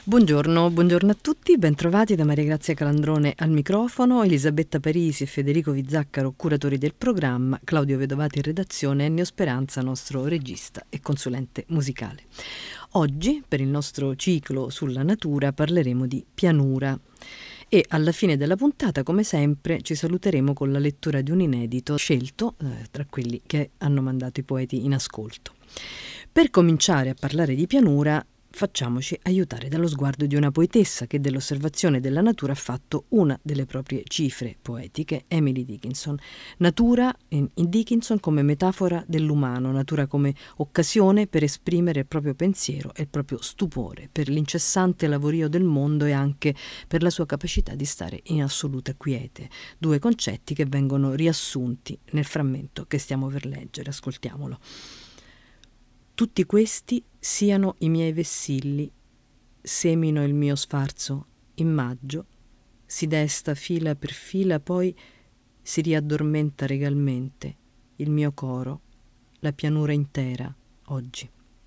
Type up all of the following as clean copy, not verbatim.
Buongiorno a tutti, bentrovati da Maria Grazia Calandrone al microfono, Elisabetta Parisi e Federico Vizzaccaro, curatori del programma, Claudio Vedovati in redazione e Ennio Speranza, nostro regista e consulente musicale. Oggi, per il nostro ciclo sulla natura, parleremo di pianura. E alla fine della puntata, come sempre, ci saluteremo con la lettura di un inedito scelto tra quelli che hanno mandato i poeti in ascolto. Per cominciare a parlare di pianura, facciamoci aiutare dallo sguardo di una poetessa che dell'osservazione della natura ha fatto una delle proprie cifre poetiche, Emily Dickinson. Natura in Dickinson come metafora dell'umano, natura come occasione per esprimere il proprio pensiero e il proprio stupore, per l'incessante lavorio del mondo e anche per la sua capacità di stare in assoluta quiete. Due concetti che vengono riassunti nel frammento che stiamo per leggere. Ascoltiamolo. Tutti questi siano i miei vessilli, semino il mio sfarzo in maggio, si desta fila per fila, poi si riaddormenta regalmente il mio coro, la pianura intera oggi.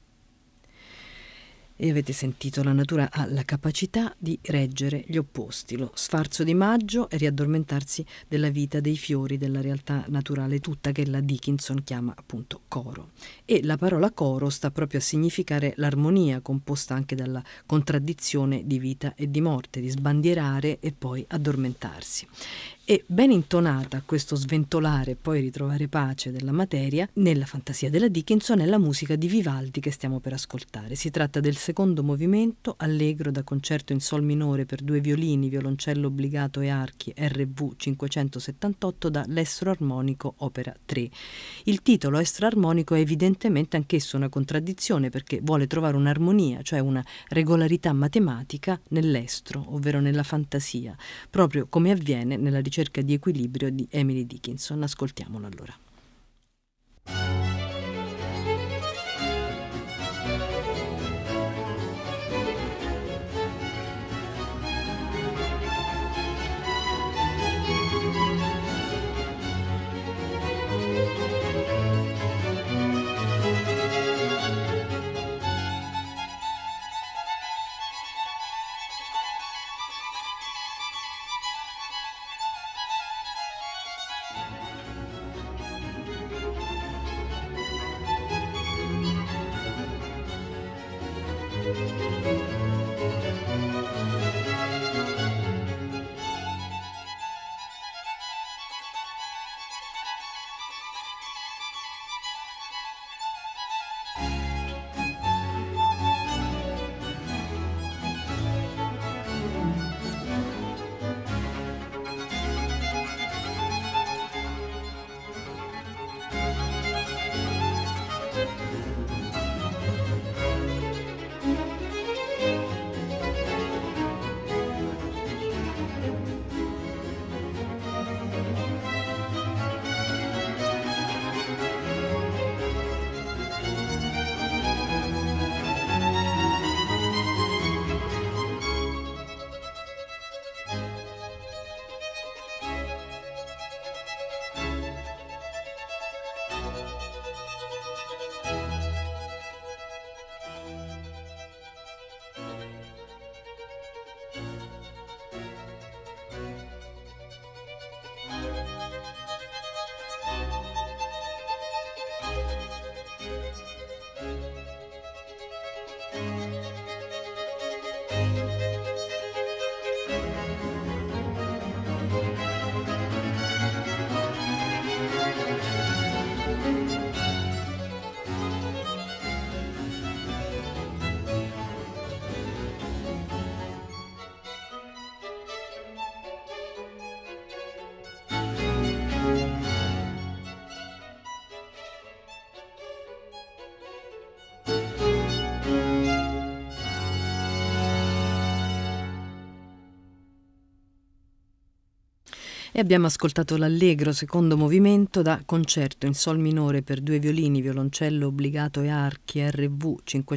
E avete sentito, la natura ha la capacità di reggere gli opposti, lo sfarzo di maggio e riaddormentarsi della vita, dei fiori, della realtà naturale tutta, che la Dickinson chiama appunto coro. E la parola coro sta proprio a significare l'armonia, composta anche dalla contraddizione di vita e di morte, di sbandierare e poi addormentarsi. E ben intonata a questo sventolare e poi ritrovare pace della materia, nella fantasia della Dickinson è la musica di Vivaldi che stiamo per ascoltare. Si tratta del secondo movimento, allegro da concerto in sol minore per due violini, violoncello obbligato e archi, RV 578 da L'estro armonico, opera 3. Il titolo estro armonico è evidentemente anch'esso una contraddizione, perché vuole trovare un'armonia, cioè una regolarità matematica nell'estro, ovvero nella fantasia, proprio come avviene nella ricerca di equilibrio di Emily Dickinson. Ascoltiamolo allora. E abbiamo ascoltato l'allegro secondo movimento da concerto in sol minore per due violini, violoncello obbligato e archi, RV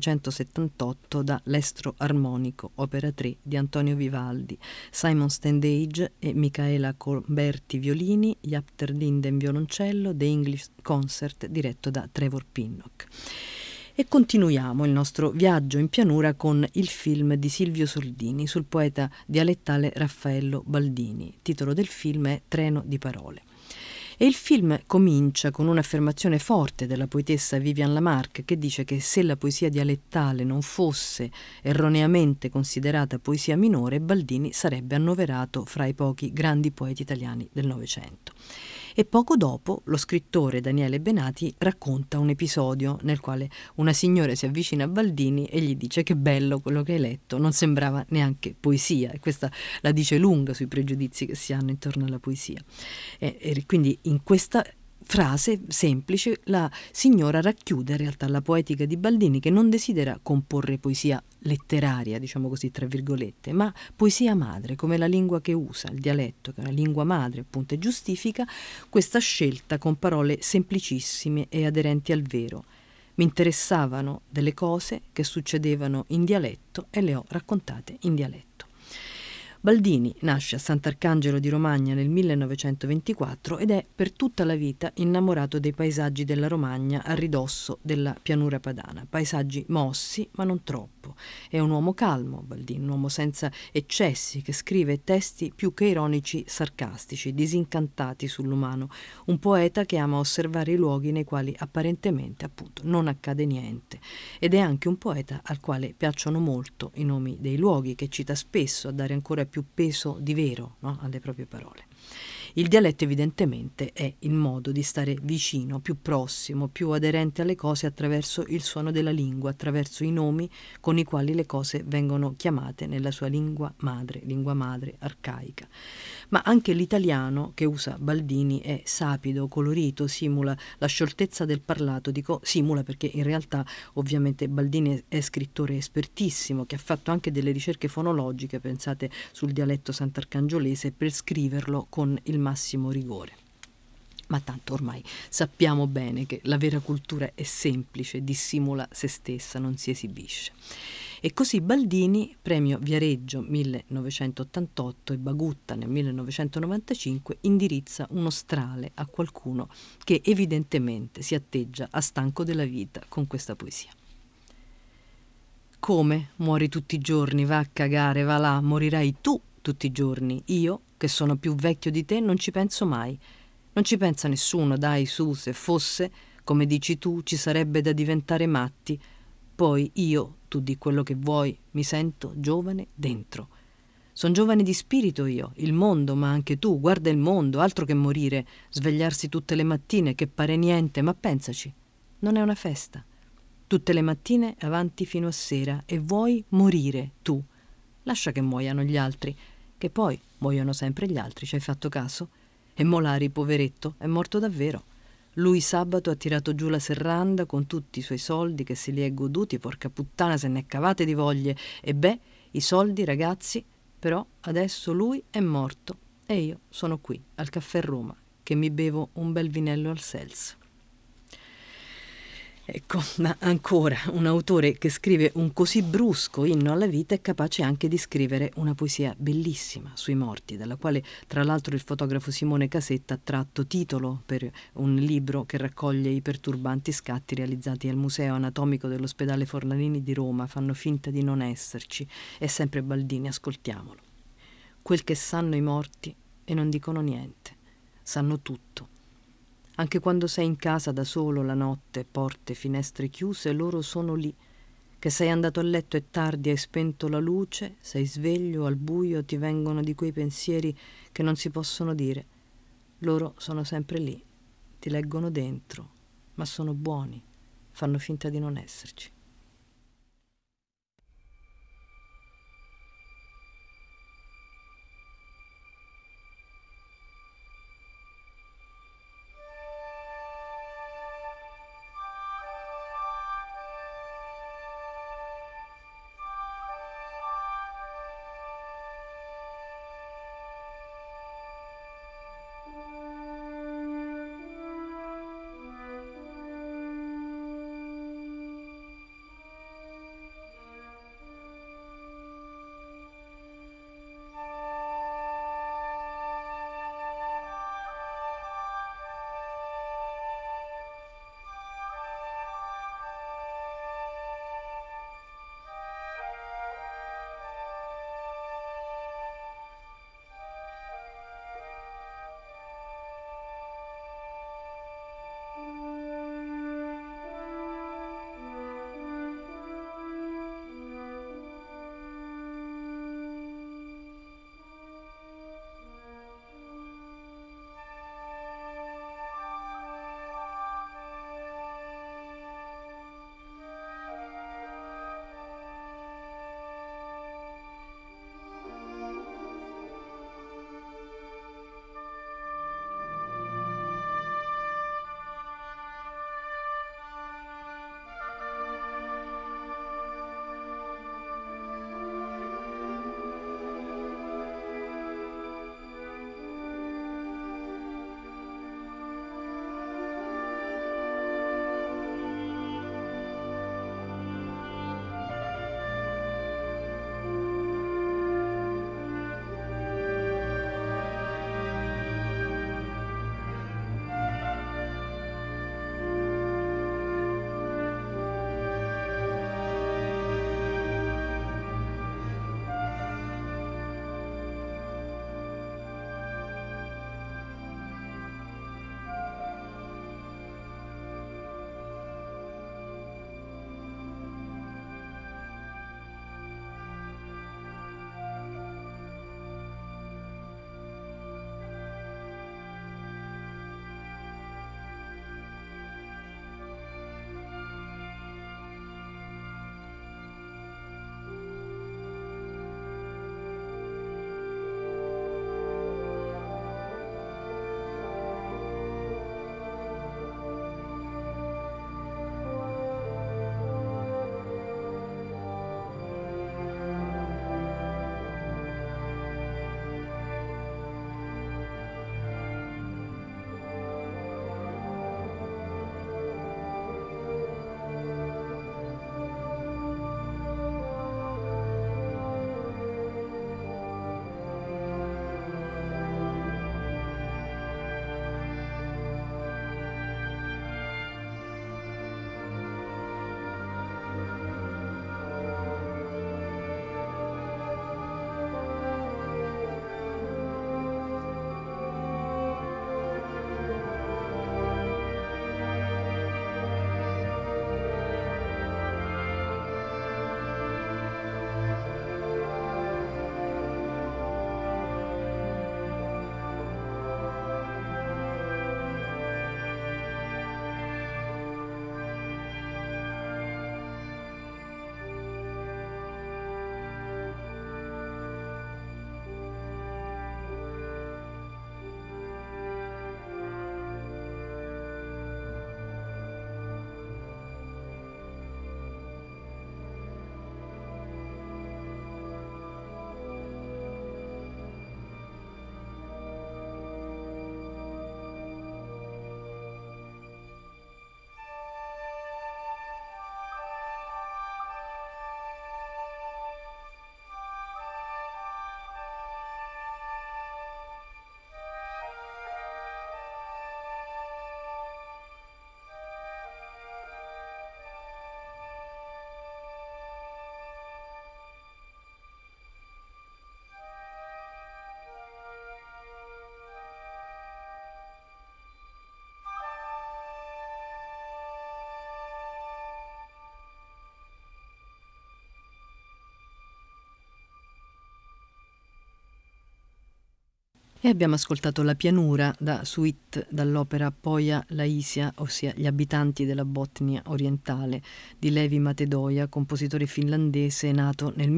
578 da L'estro armonico, opera 3 di Antonio Vivaldi, Simon Stendhage e Michaela Colberti violini, Japter Linden violoncello, The English Concert diretto da Trevor Pinnock. E continuiamo il nostro viaggio in pianura con il film di Silvio Soldini sul poeta dialettale Raffaello Baldini. Il titolo del film è Treno di parole. E il film comincia con un'affermazione forte della poetessa Vivian Lamarck, che dice che se la poesia dialettale non fosse erroneamente considerata poesia minore, Baldini sarebbe annoverato fra i pochi grandi poeti italiani del Novecento. E poco dopo lo scrittore Daniele Benati racconta un episodio nel quale una signora si avvicina a Baldini e gli dice: che bello quello che hai letto, non sembrava neanche poesia. E questa la dice lunga sui pregiudizi che si hanno intorno alla poesia. E quindi in questa frase semplice la signora racchiude in realtà la poetica di Baldini, che non desidera comporre poesia letteraria, diciamo così, tra virgolette, ma poesia madre, come la lingua che usa, il dialetto, che è una lingua madre, appunto, e giustifica questa scelta con parole semplicissime e aderenti al vero. Mi interessavano delle cose che succedevano in dialetto e le ho raccontate in dialetto. Baldini nasce a Sant'Arcangelo di Romagna nel 1924 ed è per tutta la vita innamorato dei paesaggi della Romagna a ridosso della pianura padana, paesaggi mossi ma non troppo. È un uomo calmo, Baldini, un uomo senza eccessi, che scrive testi più che ironici, sarcastici, disincantati sull'umano, un poeta che ama osservare i luoghi nei quali apparentemente, appunto, non accade niente, ed è anche un poeta al quale piacciono molto i nomi dei luoghi, che cita spesso a dare ancora più peso di vero, no, alle proprie parole. Il dialetto evidentemente è il modo di stare vicino, più prossimo, più aderente alle cose attraverso il suono della lingua, attraverso i nomi con i quali le cose vengono chiamate nella sua lingua madre arcaica. Ma anche l'italiano che usa Baldini è sapido, colorito, simula la scioltezza del parlato. Dico simula perché in realtà ovviamente Baldini è scrittore espertissimo, che ha fatto anche delle ricerche fonologiche, pensate, sul dialetto sant'arcangiolese, per scriverlo con il massimo rigore. Ma tanto ormai sappiamo bene che la vera cultura è semplice, dissimula se stessa, non si esibisce. E così Baldini, premio Viareggio 1988 e Bagutta nel 1995, indirizza uno strale a qualcuno che evidentemente si atteggia a stanco della vita con questa poesia. Come muori tutti i giorni, va a cagare, va là, morirai tu tutti i giorni. Io, che sono più vecchio di te, non ci penso mai. Non ci pensa nessuno, dai, su, se fosse, come dici tu, ci sarebbe da diventare matti. Poi io, tu di quello che vuoi, mi sento giovane dentro. Son giovane di spirito io, il mondo, ma anche tu, guarda il mondo, altro che morire, svegliarsi tutte le mattine, che pare niente, ma pensaci, non è una festa. Tutte le mattine avanti fino a sera e vuoi morire tu. Lascia che muoiano gli altri, che poi muoiono sempre gli altri, ci hai fatto caso? E Molari, poveretto, è morto davvero. Lui sabato ha tirato giù la serranda con tutti i suoi soldi che se li è goduti, porca puttana, se n'è cavate di voglie. E beh, i soldi, ragazzi, però adesso lui è morto e io sono qui, al Caffè Roma, che mi bevo un bel vinello al Sels. Ecco, ma ancora, un autore che scrive un così brusco inno alla vita è capace anche di scrivere una poesia bellissima sui morti, dalla quale tra l'altro il fotografo Simone Casetta ha tratto titolo per un libro che raccoglie i perturbanti scatti realizzati al Museo Anatomico dell'Ospedale Forlanini di Roma. Fanno finta di non esserci. È sempre Baldini, ascoltiamolo. Quel che sanno i morti e non dicono niente, sanno tutto. Anche quando sei in casa da solo la notte, porte, finestre chiuse, loro sono lì. Che sei andato a letto e tardi hai spento la luce, sei sveglio al buio, ti vengono di quei pensieri che non si possono dire. Loro sono sempre lì, ti leggono dentro, ma sono buoni, fanno finta di non esserci. E abbiamo ascoltato La pianura da suite dall'opera Poja Laisia, ossia Gli abitanti della Botnia orientale, di Levi Matedoja, compositore finlandese nato nel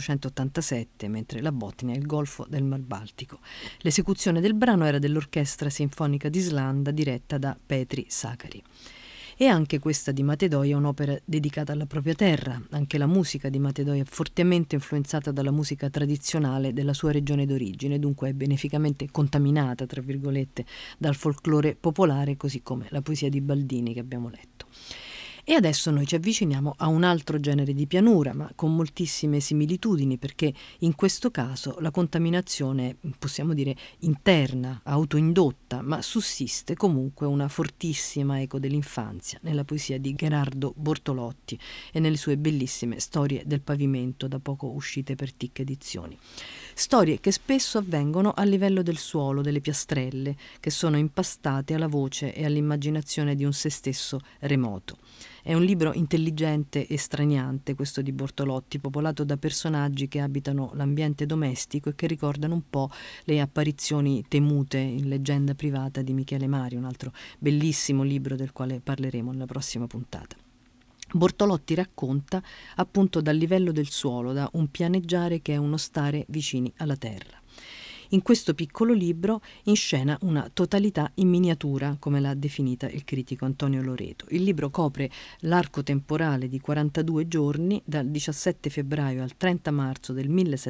1887, mentre la Botnia è il golfo del Mar Baltico. L'esecuzione del brano era dell'Orchestra Sinfonica d'Islanda diretta da Petri Sakari. E anche questa di Matedoja è un'opera dedicata alla propria terra. Anche la musica di Matedoja è fortemente influenzata dalla musica tradizionale della sua regione d'origine, dunque è beneficamente contaminata, tra virgolette, dal folklore popolare, così come la poesia di Baldini che abbiamo letto. E adesso noi ci avviciniamo a un altro genere di pianura, ma con moltissime similitudini, perché in questo caso la contaminazione, possiamo dire, interna, autoindotta, ma sussiste comunque una fortissima eco dell'infanzia nella poesia di Gherardo Bortolotti e nelle sue bellissime Storie del pavimento, da poco uscite per Tic Edizioni. Storie che spesso avvengono a livello del suolo, delle piastrelle, che sono impastate alla voce e all'immaginazione di un se stesso remoto. È un libro intelligente e straniante, questo di Bortolotti, popolato da personaggi che abitano l'ambiente domestico e che ricordano un po' le apparizioni temute in Leggenda privata di Michele Mari, un altro bellissimo libro del quale parleremo nella prossima puntata. Bortolotti racconta appunto dal livello del suolo, da un pianeggiare che è uno stare vicini alla terra. In questo piccolo libro inscena una totalità in miniatura, come l'ha definita il critico Antonio Loreto. Il libro copre l'arco temporale di 42 giorni, dal 17 febbraio al 30 marzo del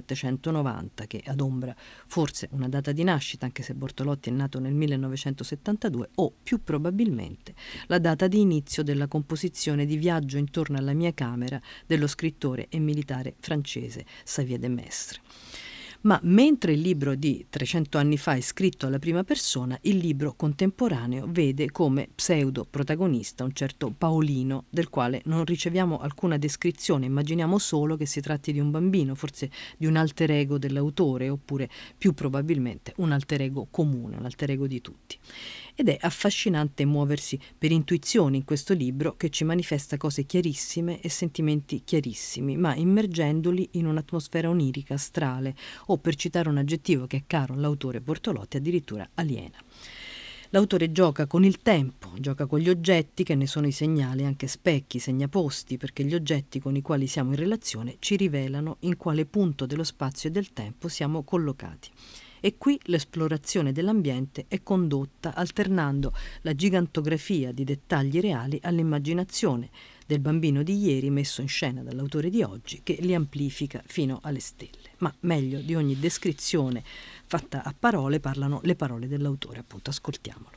1790, che adombra forse una data di nascita, anche se Bortolotti è nato nel 1972, o più probabilmente la data di inizio della composizione di Viaggio intorno alla mia camera dello scrittore e militare francese Xavier de Maistre. Ma mentre il libro di 300 anni fa è scritto alla prima persona, il libro contemporaneo vede come pseudo protagonista un certo Paolino, del quale non riceviamo alcuna descrizione, immaginiamo solo che si tratti di un bambino, forse di un alter ego dell'autore, oppure più probabilmente un alter ego comune, un alter ego di tutti. Ed è affascinante muoversi per intuizioni in questo libro che ci manifesta cose chiarissime e sentimenti chiarissimi, ma immergendoli in un'atmosfera onirica, astrale, o per citare un aggettivo che è caro all'autore Bortolotti, addirittura aliena. L'autore gioca con il tempo, gioca con gli oggetti che ne sono i segnali, anche specchi, segnaposti, perché gli oggetti con i quali siamo in relazione ci rivelano in quale punto dello spazio e del tempo siamo collocati. E qui l'esplorazione dell'ambiente è condotta alternando la gigantografia di dettagli reali all'immaginazione del bambino di ieri messo in scena dall'autore di oggi, che li amplifica fino alle stelle. Ma meglio di ogni descrizione fatta a parole parlano le parole dell'autore, appunto, ascoltiamolo.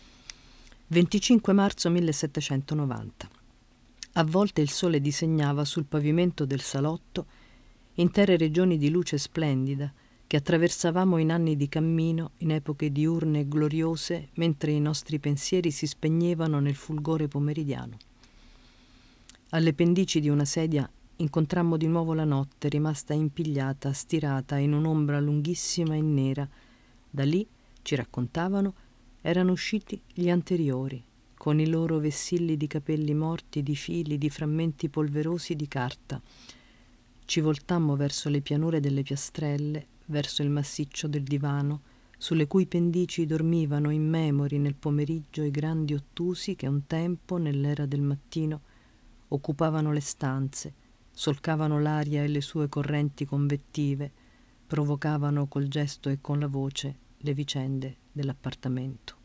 25 marzo 1790. A volte il sole disegnava sul pavimento del salotto intere regioni di luce splendida che attraversavamo in anni di cammino, in epoche diurne e gloriose, mentre i nostri pensieri si spegnevano nel fulgore pomeridiano. Alle pendici di una sedia incontrammo di nuovo la notte, rimasta impigliata, stirata in un'ombra lunghissima e nera. Da lì, ci raccontavano, erano usciti gli anteriori, con i loro vessilli di capelli morti, di fili, di frammenti polverosi di carta. Ci voltammo verso le pianure delle piastrelle, verso il massiccio del divano, sulle cui pendici dormivano immemori nel pomeriggio i grandi ottusi che un tempo, nell'era del mattino, occupavano le stanze, solcavano l'aria e le sue correnti convettive, provocavano col gesto e con la voce le vicende dell'appartamento.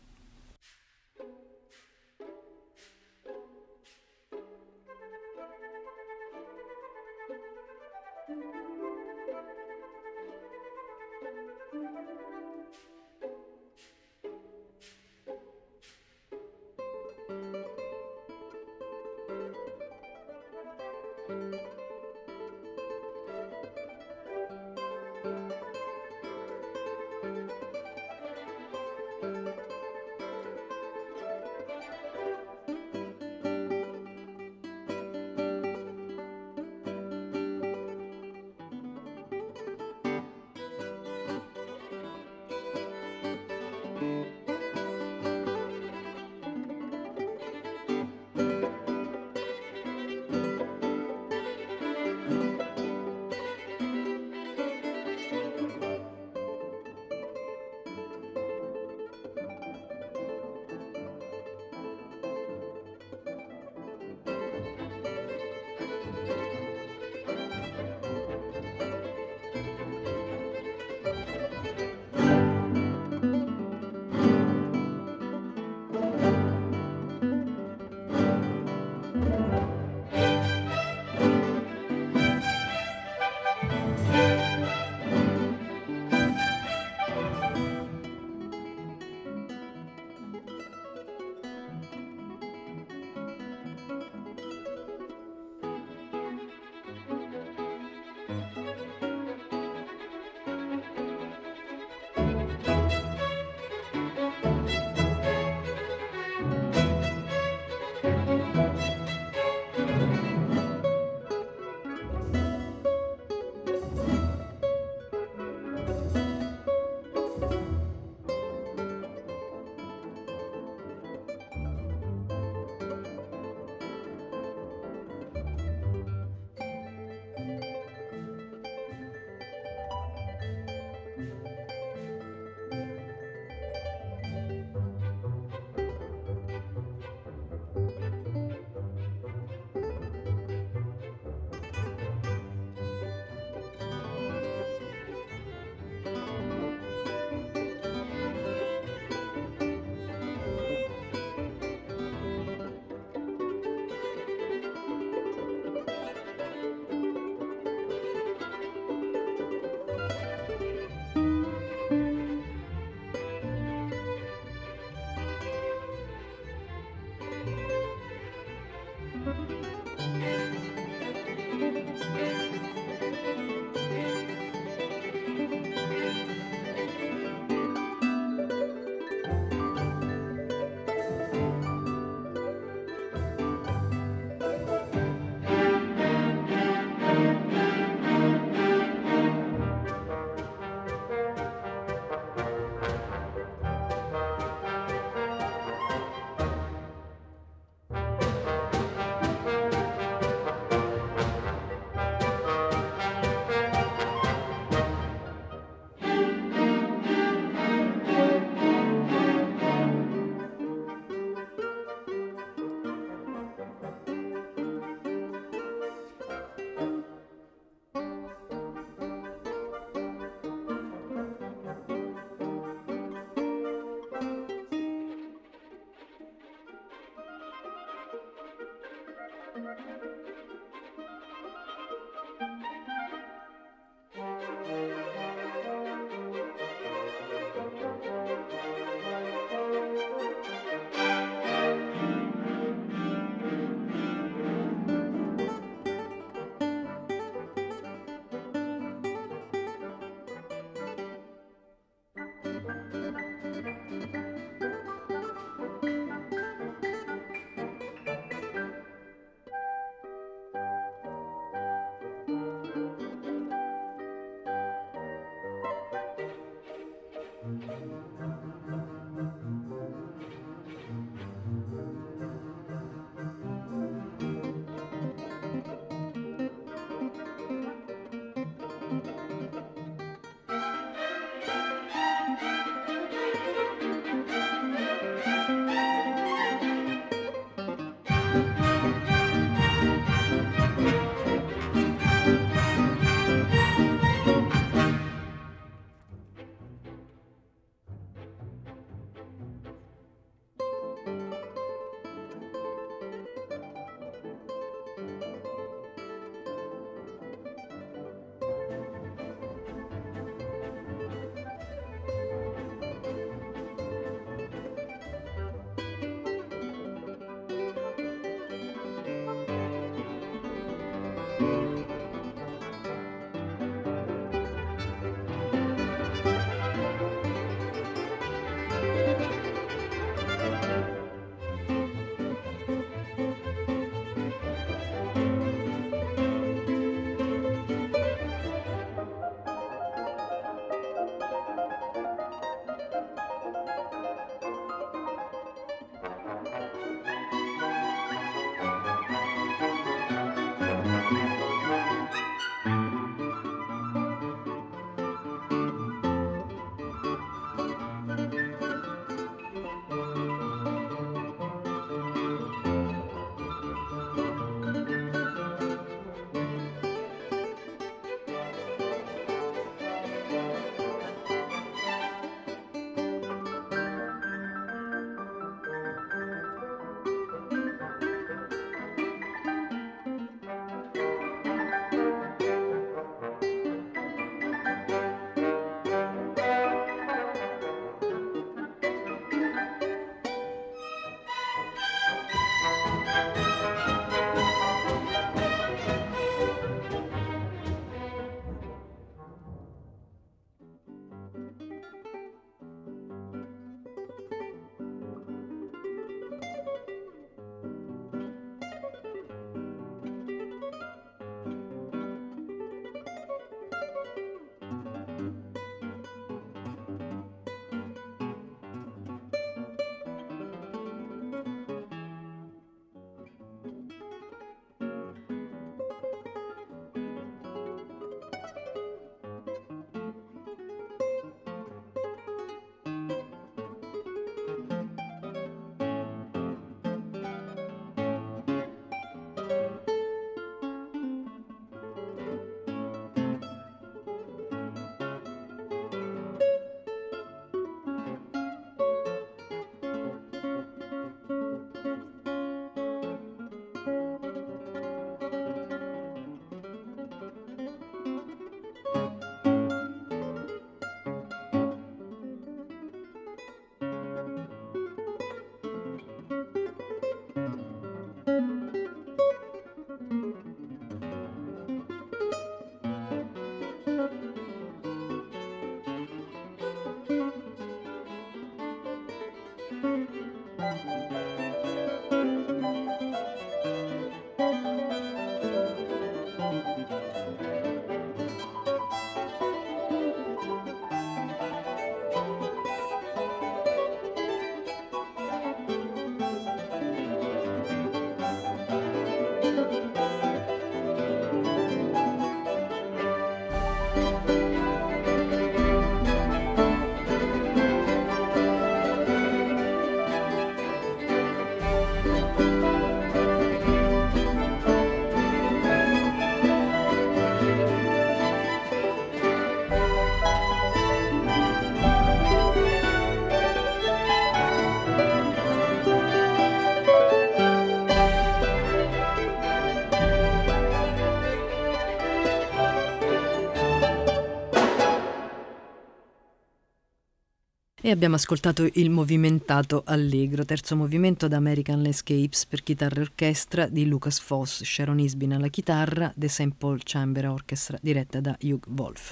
E abbiamo ascoltato il movimentato Allegro, terzo movimento da American Landscapes per chitarra e orchestra di Lucas Foss, Sharon Isbin alla chitarra, The St. Paul Chamber Orchestra diretta da Hugh Wolf.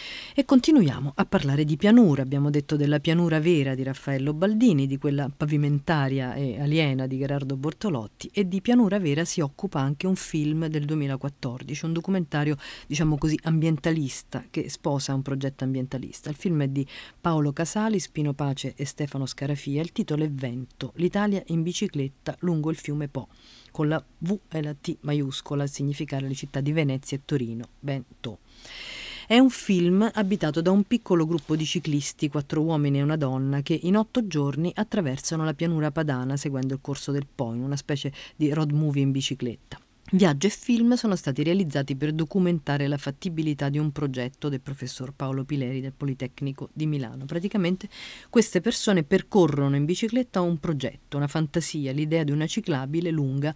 E continuiamo a parlare di pianura. Abbiamo detto della pianura vera di Raffaello Baldini, di quella pavimentaria e aliena di Gerardo Bortolotti, e di pianura vera si occupa anche un film del 2014, un documentario, diciamo così, ambientalista, che sposa un progetto ambientalista. Il film è di Paolo Casali, Spino Pace e Stefano Scarafia. Il titolo è Vento, l'Italia in bicicletta lungo il fiume Po, con la V e la T maiuscola a significare le città di Venezia e Torino. Vento. È un film abitato da un piccolo gruppo di ciclisti, 4 uomini e una donna, che in 8 giorni attraversano la pianura padana seguendo il corso del Po, in una specie di road movie in bicicletta. Viaggio e film sono stati realizzati per documentare la fattibilità di un progetto del professor Paolo Pileri del Politecnico di Milano. Praticamente queste persone percorrono in bicicletta un progetto, una fantasia, l'idea di una ciclabile lunga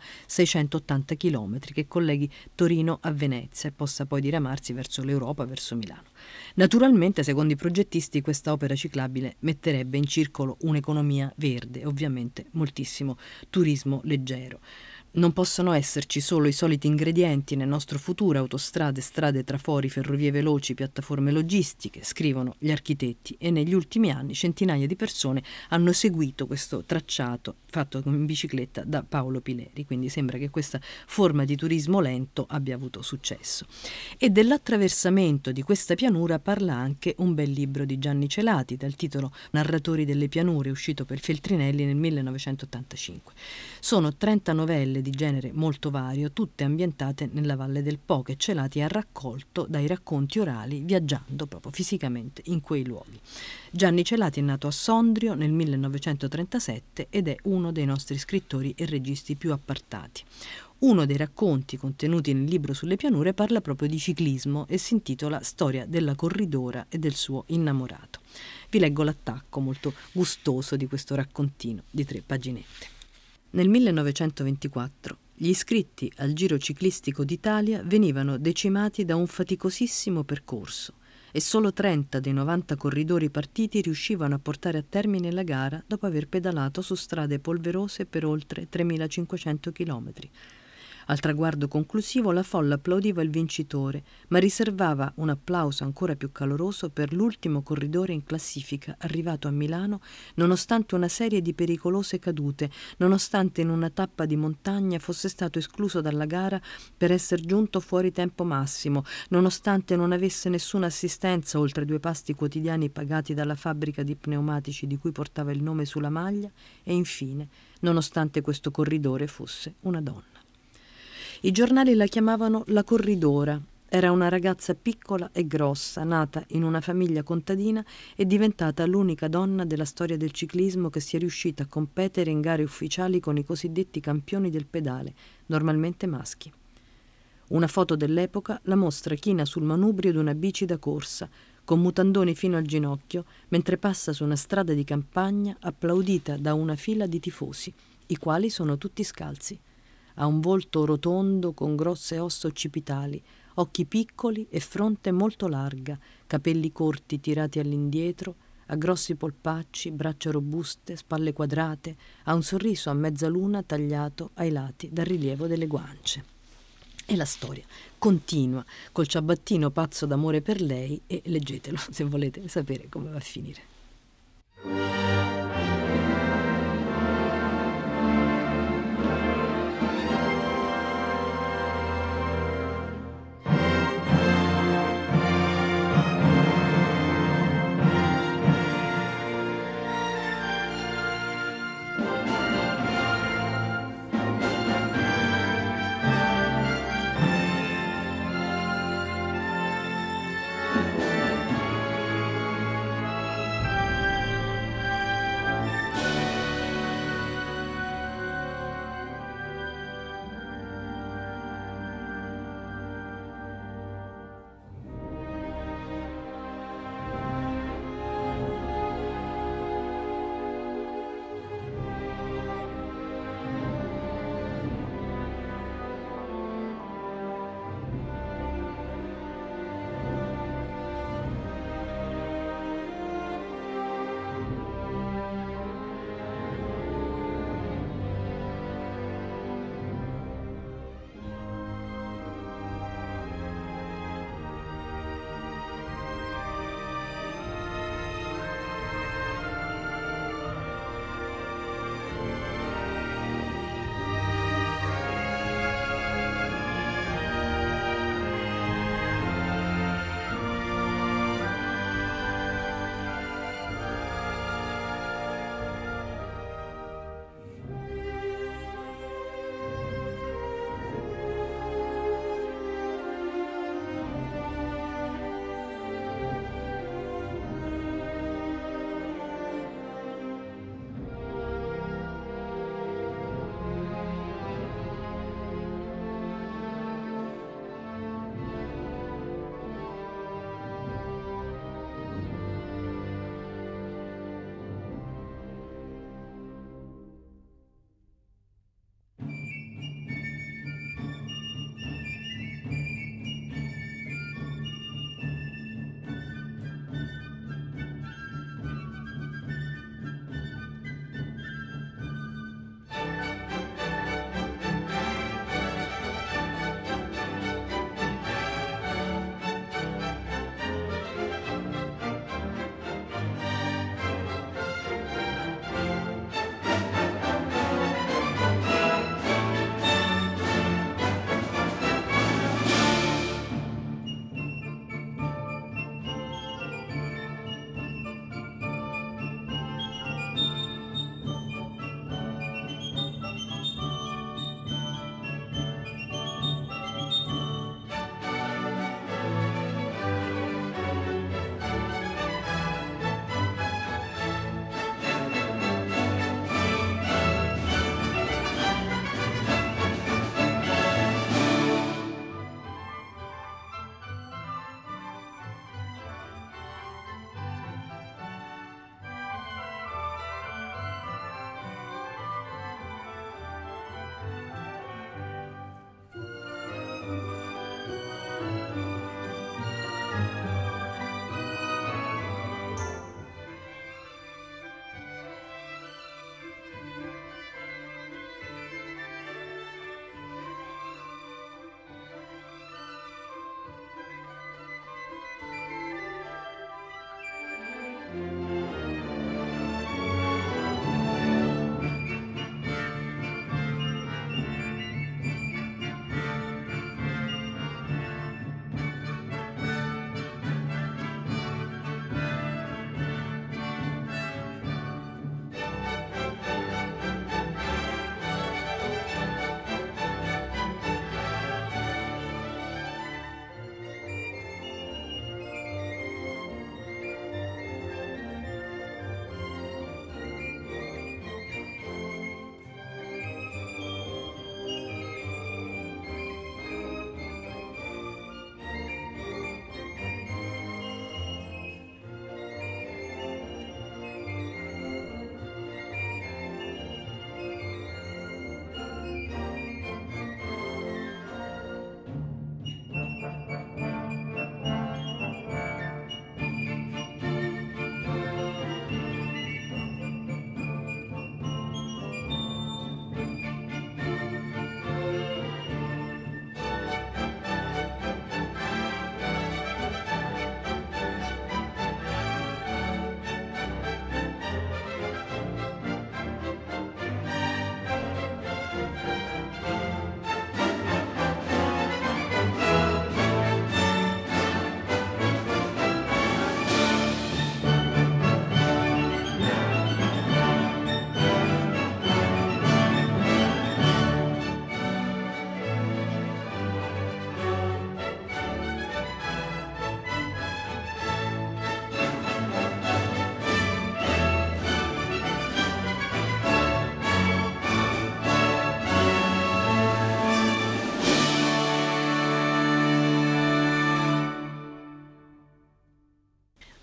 680 km che colleghi Torino a Venezia e possa poi diramarsi verso l'Europa, verso Milano. Naturalmente, secondo i progettisti, questa opera ciclabile metterebbe in circolo un'economia verde e ovviamente moltissimo turismo leggero. Non possono esserci solo i soliti ingredienti nel nostro futuro: autostrade, strade, trafori, ferrovie veloci, piattaforme logistiche, scrivono gli architetti, e negli ultimi anni centinaia di persone hanno seguito questo tracciato fatto in bicicletta da Paolo Pileri, quindi sembra che questa forma di turismo lento abbia avuto successo. E dell'attraversamento di questa pianura parla anche un bel libro di Gianni Celati dal titolo Narratori delle pianure, uscito per Feltrinelli nel 1985. Sono 30 novelle di genere molto vario, tutte ambientate nella Valle del Po, che Celati ha raccolto dai racconti orali viaggiando proprio fisicamente in quei luoghi. Gianni Celati è nato a Sondrio nel 1937 ed è uno dei nostri scrittori e registi più appartati. Uno dei racconti contenuti nel libro sulle pianure parla proprio di ciclismo e si intitola Storia della corridora e del suo innamorato. Vi leggo l'attacco molto gustoso di questo raccontino di 3 paginette. Nel 1924 gli iscritti al Giro Ciclistico d'Italia venivano decimati da un faticosissimo percorso e solo 30 dei 90 corridori partiti riuscivano a portare a termine la gara dopo aver pedalato su strade polverose per oltre 3.500 chilometri. Al traguardo conclusivo la folla applaudiva il vincitore, ma riservava un applauso ancora più caloroso per l'ultimo corridore in classifica, arrivato a Milano nonostante una serie di pericolose cadute, nonostante in una tappa di montagna fosse stato escluso dalla gara per essere giunto fuori tempo massimo, nonostante non avesse nessuna assistenza oltre 2 pasti quotidiani pagati dalla fabbrica di pneumatici di cui portava il nome sulla maglia, e infine, nonostante questo corridore fosse una donna. I giornali la chiamavano la corridora. Era una ragazza piccola e grossa, nata in una famiglia contadina e diventata l'unica donna della storia del ciclismo che sia riuscita a competere in gare ufficiali con i cosiddetti campioni del pedale, normalmente maschi. Una foto dell'epoca la mostra china sul manubrio di una bici da corsa, con mutandoni fino al ginocchio, mentre passa su una strada di campagna applaudita da una fila di tifosi, i quali sono tutti scalzi. Ha un volto rotondo con grosse ossa occipitali, occhi piccoli e fronte molto larga, capelli corti tirati all'indietro, ha grossi polpacci, braccia robuste, spalle quadrate, ha un sorriso a mezzaluna tagliato ai lati dal rilievo delle guance. E la storia continua col ciabattino pazzo d'amore per lei, e leggetelo se volete sapere come va a finire.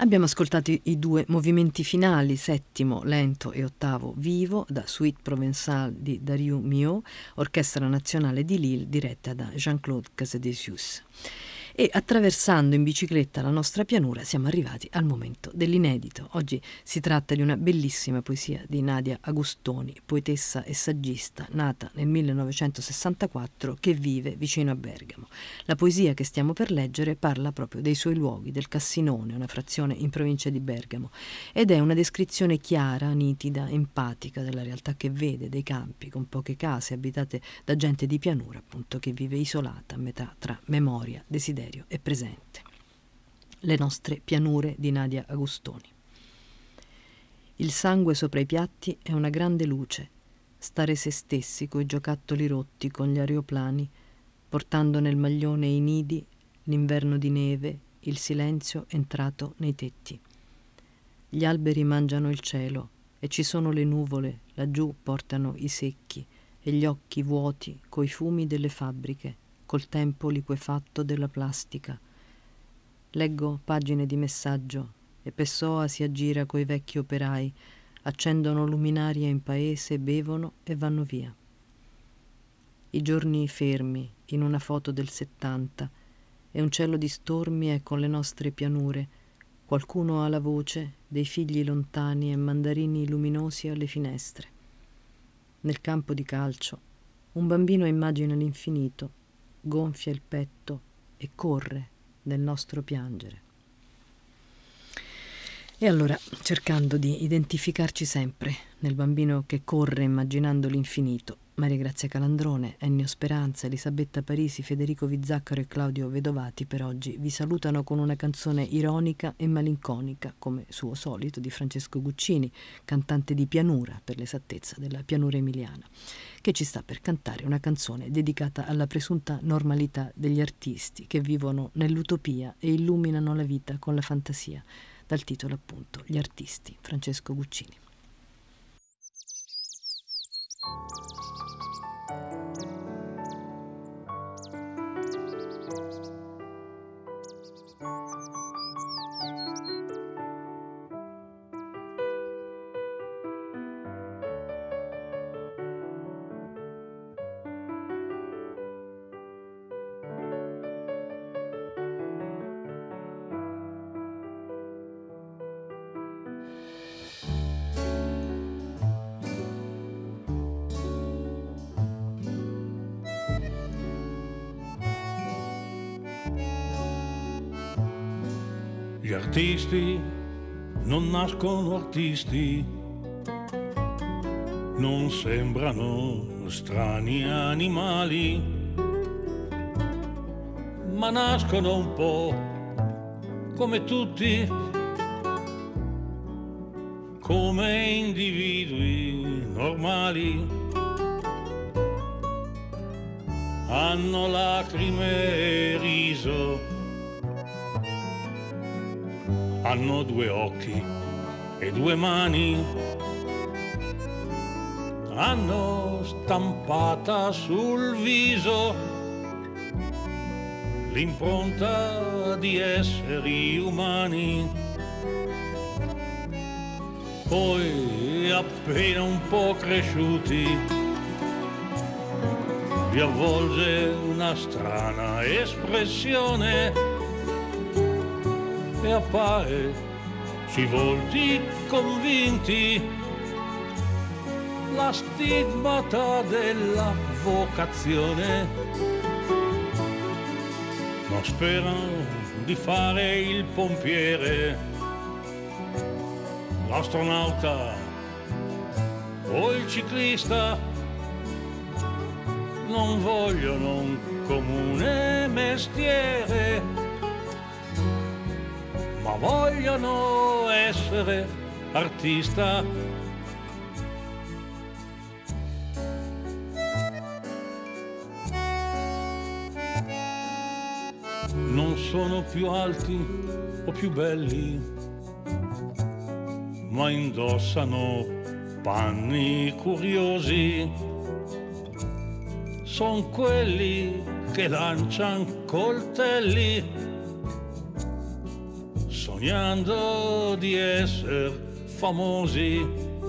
Abbiamo ascoltato i due movimenti finali, settimo lento e ottavo vivo, da Suite Provençale di Darius Milhaud, Orchestra Nazionale di Lille, diretta da Jean-Claude Casadesius. E attraversando in bicicletta la nostra pianura siamo arrivati al momento dell'inedito. Oggi si tratta di una bellissima poesia di Nadia Agustoni, poetessa e saggista nata nel 1964 che vive vicino a Bergamo. La poesia che stiamo per leggere parla proprio dei suoi luoghi, del Cassinone, una frazione in provincia di Bergamo, ed è una descrizione chiara, nitida, empatica della realtà che vede, dei campi con poche case abitate da gente di pianura, appunto, che vive isolata a metà tra memoria, desiderio e presente. Le nostre pianure di Nadia Agustoni. Il sangue sopra i piatti è una grande luce, stare se stessi coi giocattoli rotti con gli aeroplani, portando nel maglione i nidi, l'inverno di neve, il silenzio entrato nei tetti. Gli alberi mangiano il cielo e ci sono le nuvole, laggiù portano i secchi e gli occhi vuoti coi fumi delle fabbriche, col tempo liquefatto della plastica. Leggo pagine di messaggio e Pessoa si aggira coi vecchi operai, accendono luminarie in paese, bevono e vanno via. I giorni fermi in una foto del 70 e un cielo di stormi è con le nostre pianure. Qualcuno ha la voce dei figli lontani e mandarini luminosi alle finestre. Nel campo di calcio un bambino immagina l'infinito, gonfia il petto e corre nel nostro piangere. E allora, cercando di identificarci sempre nel bambino che corre immaginando l'infinito, Maria Grazia Calandrone, Ennio Speranza, Elisabetta Parisi, Federico Vizzaccaro e Claudio Vedovati per oggi vi salutano con una canzone ironica e malinconica, come suo solito, di Francesco Guccini, cantante di pianura, per l'esattezza, della pianura emiliana, che ci sta per cantare una canzone dedicata alla presunta normalità degli artisti che vivono nell'utopia e illuminano la vita con la fantasia, dal titolo appunto Gli artisti, Francesco Guccini. Gli artisti non nascono artisti, non sembrano strani animali, ma nascono un po' come tutti, come individui normali. Hanno lacrime e riso, hanno due occhi e due mani, hanno stampata sul viso l'impronta di esseri umani. Poi, appena un po' cresciuti, vi avvolge una strana espressione e appare sui volti convinti la stigmata della vocazione. Non sperano di fare il pompiere, l'astronauta o il ciclista, non vogliono un comune mestiere, ma vogliono essere artista. Non sono più alti o più belli, ma indossano panni curiosi. Son quelli che lanciano coltelli, son sognando di essere famosi.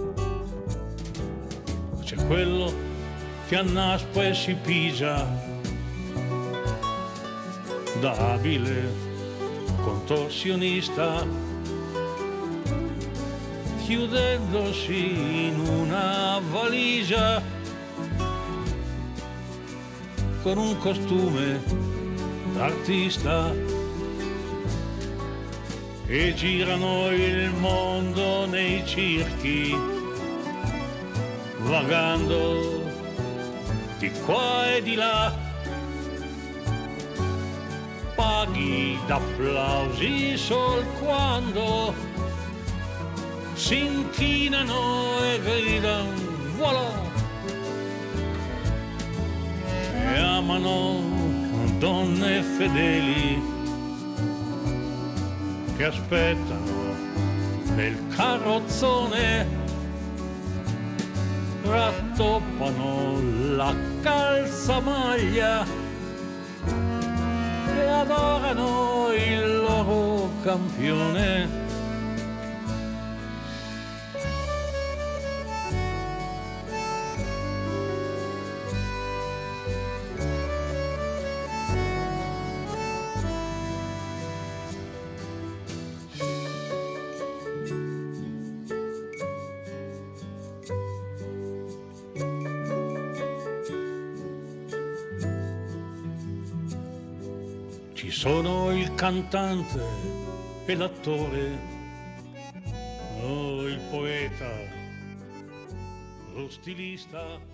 C'è quello che annaspa e si pigia da abile contorsionista, chiudendosi in una valigia con un costume d'artista, e girano il mondo nei circhi, vagando di qua e di là, paghi d'applausi sol quando si inchinano e gridano voilà, e amano donne fedeli che aspettano nel carrozzone, rattoppano la calzamaglia e adorano il loro campione. Ci sono il cantante e l'attore, oh, il poeta, lo stilista.